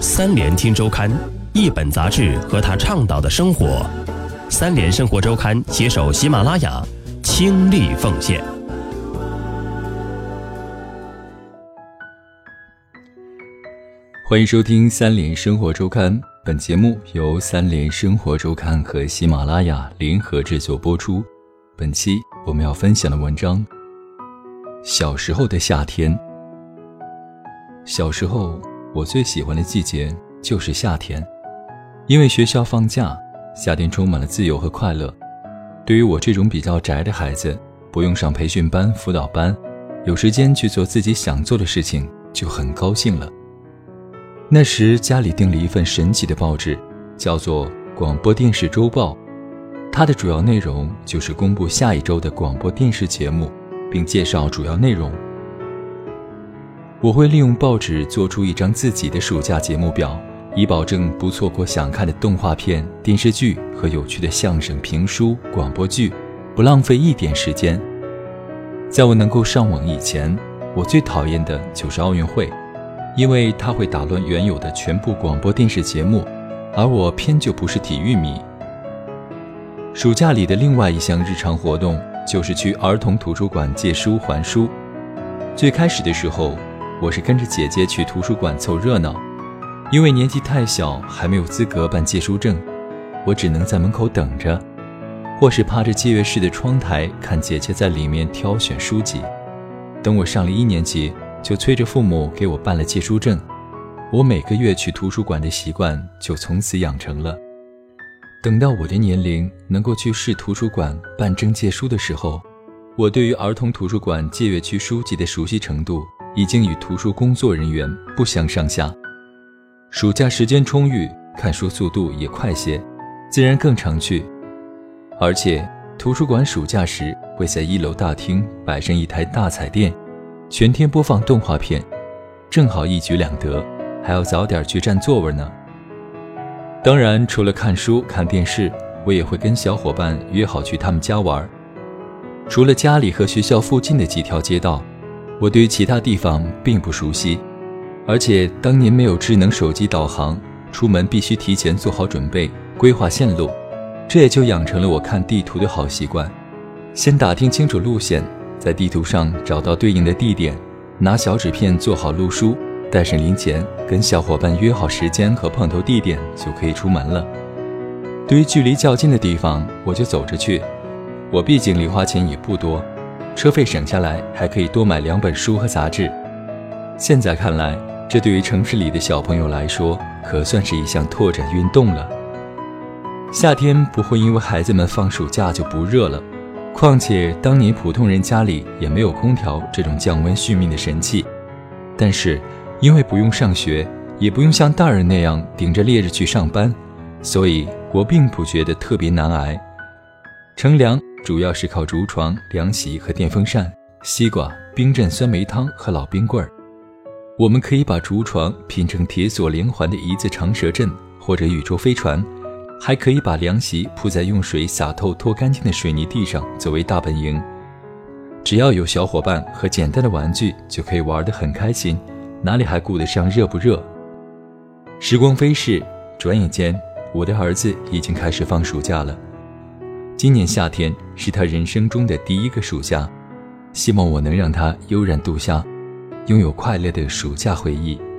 三联听周刊，一本杂志和他倡导的生活。三联生活周刊携手喜马拉雅倾力奉献。 欢迎收听三联生活周刊，本节目由三联生活周刊和喜马拉雅联合制作播出。本期我们要分享的文章，小时候的夏天。小时候我最喜欢的季节就是夏天，因为学校放假，夏天充满了自由和快乐。对于我这种比较宅的孩子，不用上培训班、辅导班，有时间去做自己想做的事情，就很高兴了。那时家里订了一份神奇的报纸，叫做《广播电视周报》，它的主要内容就是公布下一周的广播电视节目，并介绍主要内容。我会利用报纸做出一张自己的暑假节目表，以保证不错过想看的动画片、电视剧和有趣的相声、评书、广播剧，不浪费一点时间。在我能够上网以前，我最讨厌的就是奥运会，因为它会打乱原有的全部广播电视节目，而我偏就不是体育迷。暑假里的另外一项日常活动就是去儿童图书馆借书还书。最开始的时候，我是跟着姐姐去图书馆凑热闹，因为年纪太小，还没有资格办借书证，我只能在门口等着，或是趴着借阅室的窗台看姐姐在里面挑选书籍。等我上了1年级，就催着父母给我办了借书证，我每个月去图书馆的习惯就从此养成了。等到我的年龄能够去市图书馆办证借书的时候，我对于儿童图书馆借阅区书籍的熟悉程度已经与图书工作人员不相上下。暑假时间充裕，看书速度也快些，自然更常去。而且图书馆暑假时会在1楼大厅摆上一台大彩电，全天播放动画片，正好一举两得，还要早点去占座位呢。当然除了看书看电视，我也会跟小伙伴约好去他们家玩。除了家里和学校附近的几条街道，我对于其他地方并不熟悉，而且当年没有智能手机导航，出门必须提前做好准备，规划线路，这也就养成了我看地图的好习惯。先打听清楚路线，在地图上找到对应的地点，拿小纸片做好路书，带上零钱，跟小伙伴约好时间和碰头地点，就可以出门了。对于距离较近的地方，我就走着去，我毕竟零花钱也不多，车费省下来还可以多买2本书和杂志。现在看来，这对于城市里的小朋友来说，可算是一项拓展运动了。夏天不会因为孩子们放暑假就不热了，况且当年普通人家里也没有空调这种降温续命的神器。但是因为不用上学，也不用像大人那样顶着烈日去上班，所以我并不觉得特别难挨。乘凉主要是靠竹床、凉席和电风扇、西瓜、冰镇酸梅汤和老冰棍儿。我们可以把竹床拼成铁索连环的一字长蛇阵或者宇宙飞船，还可以把凉席铺在用水洒透拖干净的水泥地上作为大本营。只要有小伙伴和简单的玩具，就可以玩得很开心，哪里还顾得上热不热。时光飞逝，转眼间我的儿子已经开始放暑假了。今年夏天是他人生中的第1个暑假，希望我能让他悠然度夏，拥有快乐的暑假回忆。